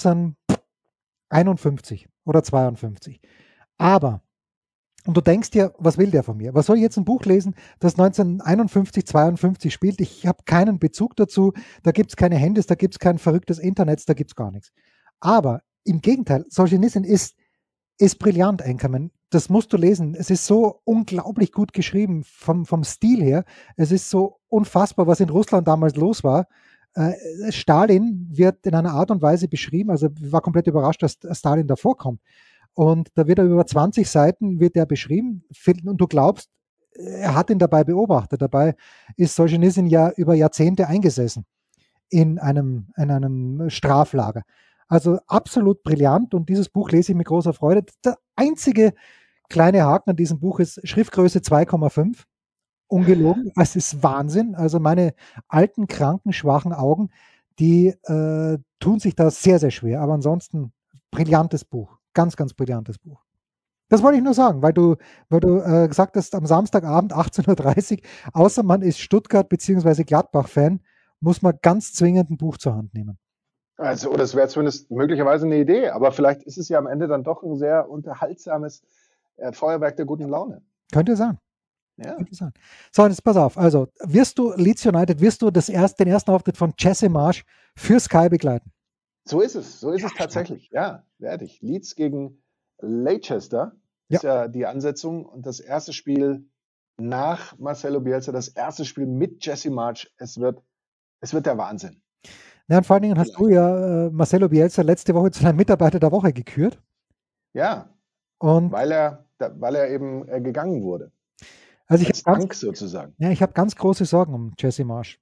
[SPEAKER 4] 1951 oder 52. Aber, und du denkst dir, was will der von mir? Was soll ich jetzt ein Buch lesen, das 1951, 52 spielt? Ich habe keinen Bezug dazu. Da gibt es keine Handys, da gibt es kein verrücktes Internet, da gibt es gar nichts. Aber im Gegenteil, Solzhenitsyn ist brillant, Anchorman. Das musst du lesen. Es ist so unglaublich gut geschrieben vom Stil her. Es ist so unfassbar, was in Russland damals los war. Stalin wird in einer Art und Weise beschrieben, also ich war komplett überrascht, dass Stalin da vorkommt. Und da wird er über 20 Seiten wird er beschrieben und du glaubst, er hat ihn dabei beobachtet. Dabei ist Solzhenitsyn ja über Jahrzehnte eingesessen in einem Straflager. Also absolut brillant, und dieses Buch lese ich mit großer Freude. Der einzige kleine Haken an diesem Buch ist Schriftgröße 2,5. Ungelogen, es ist Wahnsinn. Also meine alten, kranken, schwachen Augen, die tun sich da sehr, sehr schwer. Aber ansonsten brillantes Buch. Ganz, ganz brillantes Buch. Das wollte ich nur sagen, weil du gesagt hast, am Samstagabend 18:30 Uhr, außer man ist Stuttgart- bzw. Gladbach-Fan, muss man ganz zwingend ein Buch zur Hand nehmen.
[SPEAKER 3] Also, oder es wäre zumindest möglicherweise eine Idee, aber vielleicht ist es ja am Ende dann doch ein sehr unterhaltsames Feuerwerk der guten Laune.
[SPEAKER 4] Könnte sein.
[SPEAKER 3] Ja,
[SPEAKER 4] Könnte sein. So, und jetzt pass auf. Also, Leeds United, wirst du den ersten Auftritt von Jesse Marsch für Sky begleiten?
[SPEAKER 3] so ist es. So ist es tatsächlich. Ja, werde ich. Leeds gegen Leicester
[SPEAKER 4] Ja.
[SPEAKER 3] ist ja die Ansetzung und das erste Spiel nach Marcelo Bielsa, das erste Spiel mit Jesse Marsch. Es wird der Wahnsinn.
[SPEAKER 4] Ja, und vor allen Dingen hast du ja Marcelo Bielsa letzte Woche zu einem Mitarbeiter der Woche gekürt.
[SPEAKER 3] Ja,
[SPEAKER 4] Und
[SPEAKER 3] weil er eben gegangen wurde.
[SPEAKER 4] also ich
[SPEAKER 3] Als Dank sozusagen.
[SPEAKER 4] Ja, ich habe ganz große Sorgen um Jesse Marsch.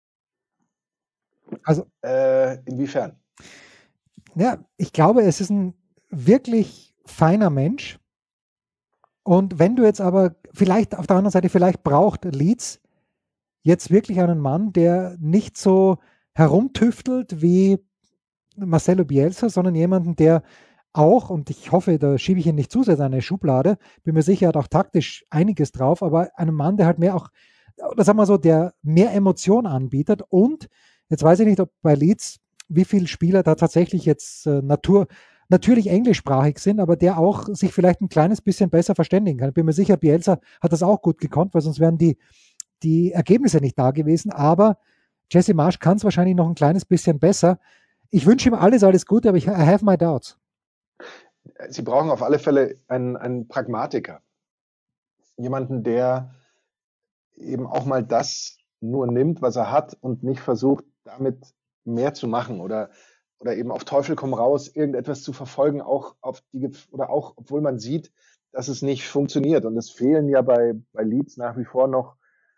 [SPEAKER 4] Also,
[SPEAKER 3] Inwiefern?
[SPEAKER 4] ja, ich glaube, es ist ein wirklich feiner Mensch. Und wenn du jetzt aber vielleicht auf der anderen Seite, vielleicht braucht Leeds jetzt wirklich einen Mann, der nicht so herumtüftelt wie Marcelo Bielsa, sondern jemanden, der auch, und ich hoffe, da schiebe ich ihn nicht zu sehr in eine Schublade, bin mir sicher, er hat auch taktisch einiges drauf, aber einen Mann, der halt mehr auch, oder sagen wir so, der mehr Emotion anbietet. Und jetzt weiß ich nicht, ob bei Leeds, wie viele Spieler da tatsächlich jetzt natürlich englischsprachig sind, aber der auch sich vielleicht ein kleines bisschen besser verständigen kann. Ich bin mir sicher, Bielsa hat das auch gut gekonnt, weil sonst wären die Ergebnisse nicht da gewesen. Aber Jesse Marsch kann es wahrscheinlich noch ein kleines bisschen besser. Ich wünsche ihm alles Gute, aber I have my doubts.
[SPEAKER 3] Sie brauchen auf alle Fälle einen Pragmatiker. Jemanden, der eben auch mal das nur nimmt, was er hat und nicht versucht, damit mehr zu machen oder eben auf Teufel komm raus, irgendetwas zu verfolgen, auch obwohl man sieht, dass es nicht funktioniert. Und es fehlen ja bei Leeds nach wie vor noch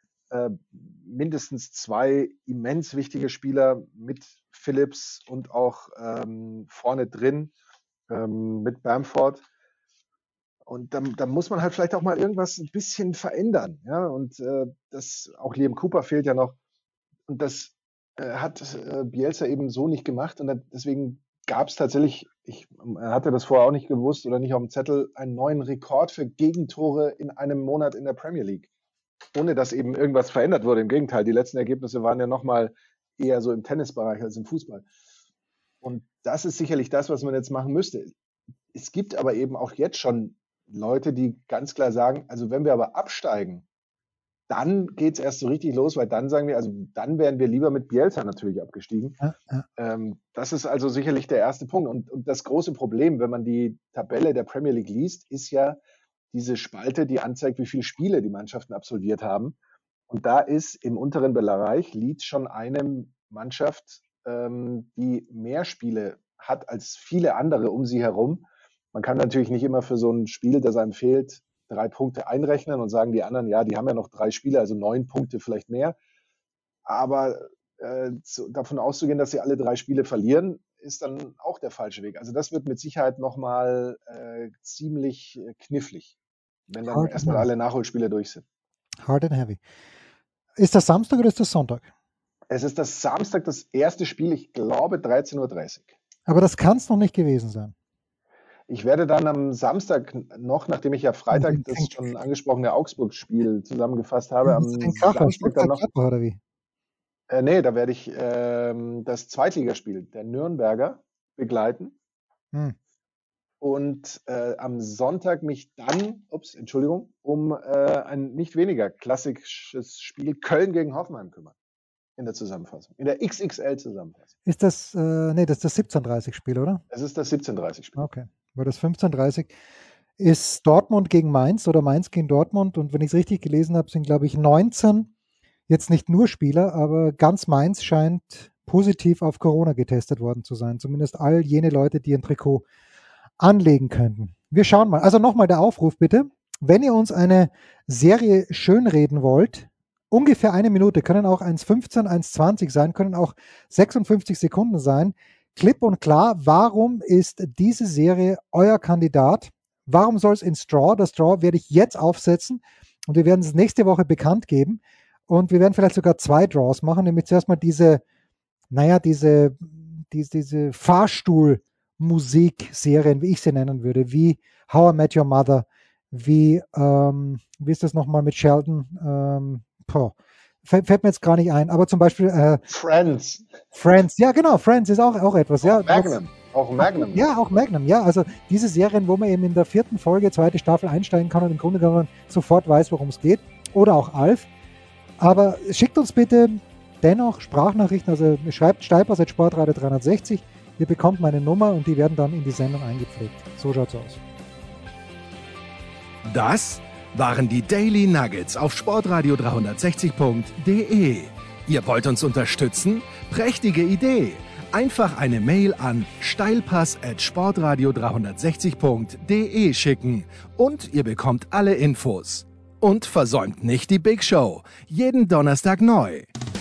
[SPEAKER 3] mindestens 2 immens wichtige Spieler mit Phillips und auch vorne drin mit Bamford. Und dann muss man halt vielleicht auch mal irgendwas ein bisschen verändern. Ja? Und auch Liam Cooper fehlt ja noch. Und das hat Bielsa eben so nicht gemacht. Und deswegen gab es tatsächlich, er hatte das vorher auch nicht gewusst oder nicht auf dem Zettel, einen neuen Rekord für Gegentore in einem Monat in der Premier League. Ohne dass eben irgendwas verändert wurde. Im Gegenteil, die letzten Ergebnisse waren ja nochmal eher so im Tennisbereich als im Fußball. Und das ist sicherlich das, was man jetzt machen müsste. Es gibt aber eben auch jetzt schon Leute, die ganz klar sagen, also wenn wir aber absteigen, dann geht es erst so richtig los, weil dann sagen wir, also dann wären wir lieber mit Bielsa natürlich abgestiegen.
[SPEAKER 4] Ja.
[SPEAKER 3] Das ist also sicherlich der erste Punkt. Und das große Problem, wenn man die Tabelle der Premier League liest, ist ja diese Spalte, die anzeigt, wie viele Spiele die Mannschaften absolviert haben. Und da ist im unteren Bereich Leeds schon eine Mannschaft, die mehr Spiele hat als viele andere um sie herum. Man kann natürlich nicht immer für so ein Spiel, das einem fehlt, 3 Punkte einrechnen und sagen die anderen, ja, die haben ja noch 3 Spiele, also 9 Punkte vielleicht mehr. Aber davon auszugehen, dass sie alle 3 Spiele verlieren, ist dann auch der falsche Weg. Also das wird mit Sicherheit nochmal ziemlich knifflig, wenn dann erstmal alle Nachholspiele durch sind.
[SPEAKER 4] Hard and heavy. Ist das Samstag oder ist das Sonntag?
[SPEAKER 3] Es ist das Samstag, das erste Spiel, ich glaube 13:30 Uhr.
[SPEAKER 4] Aber das kann es noch nicht gewesen sein.
[SPEAKER 3] Ich werde dann am Samstag noch, nachdem ich ja Freitag das schon angesprochene Augsburg-Spiel zusammengefasst habe, am Samstag dann noch.
[SPEAKER 4] Oder wie?
[SPEAKER 3] Nee, da werde ich das Zweitligaspiel der Nürnberger begleiten. Und am Sonntag mich dann, um ein nicht weniger klassisches Spiel Köln gegen Hoffenheim kümmern. In der Zusammenfassung. In der XXL-Zusammenfassung.
[SPEAKER 4] Ist das, das ist das 17:30-Spiel, oder?
[SPEAKER 3] Es ist das 17:30-Spiel.
[SPEAKER 4] Okay. Weil das 15:30 ist Dortmund gegen Mainz oder Mainz gegen Dortmund. Und wenn ich es richtig gelesen habe, sind, glaube ich, 19 jetzt nicht nur Spieler, aber ganz Mainz scheint positiv auf Corona getestet worden zu sein. Zumindest all jene Leute, die ein Trikot anlegen könnten. Wir schauen mal. Also nochmal der Aufruf bitte. Wenn ihr uns eine Serie schönreden wollt, ungefähr 1 Minute, können auch 1,15, 1,20 sein, können auch 56 Sekunden sein. Klipp und klar, warum ist diese Serie euer Kandidat? Warum soll es in Straw? Das Straw werde ich jetzt aufsetzen und wir werden es nächste Woche bekannt geben. Und wir werden vielleicht sogar 2 Draws machen, nämlich zuerst mal diese Fahrstuhl-Musikserien, wie ich sie nennen würde, wie How I Met Your Mother, wie ist das nochmal mit Sheldon? fällt mir jetzt gar nicht ein, aber zum Beispiel
[SPEAKER 3] Friends.
[SPEAKER 4] Friends, ja genau, Friends ist auch etwas. Ja,
[SPEAKER 3] Magnum. Auch Magnum.
[SPEAKER 4] Ja, auch Magnum, ja. Also diese Serien, wo man eben in der 4. Folge, 2. Staffel einsteigen kann und im Grunde genommen sofort weiß, worum es geht. Oder auch Alf. Aber schickt uns bitte dennoch Sprachnachrichten, also schreibt Steilpass@sportradio 360. Ihr bekommt meine Nummer und die werden dann in die Sendung eingepflegt. So schaut's aus.
[SPEAKER 2] Das waren die Daily Nuggets auf sportradio 360.de. Ihr wollt uns unterstützen? Prächtige Idee! Einfach eine Mail an steilpass@sportradio 360.de schicken und ihr bekommt alle Infos. Und versäumt nicht die Big Show. Jeden Donnerstag neu.